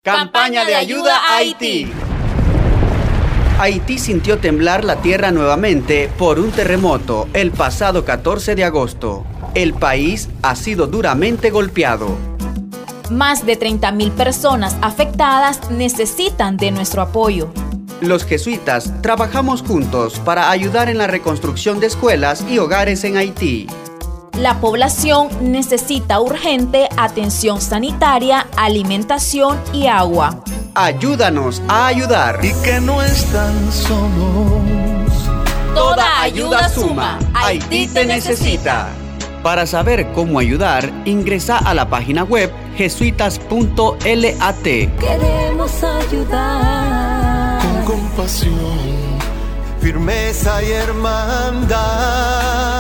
Campaña de ayuda a Haití. Haití sintió temblar la tierra nuevamente por un terremoto el pasado 14 de agosto. El país ha sido duramente golpeado. Más de 30,000 personas afectadas necesitan de nuestro apoyo. Los jesuitas trabajamos juntos para ayudar en la reconstrucción de escuelas y hogares en Haití. La población necesita urgente atención sanitaria, alimentación y agua. Ayúdanos a ayudar. Y que no están solos. Toda ayuda suma. Haití te necesita. Para saber cómo ayudar, ingresa a la página web jesuitas.lat. Queremos ayudar. Con compasión, firmeza y hermandad.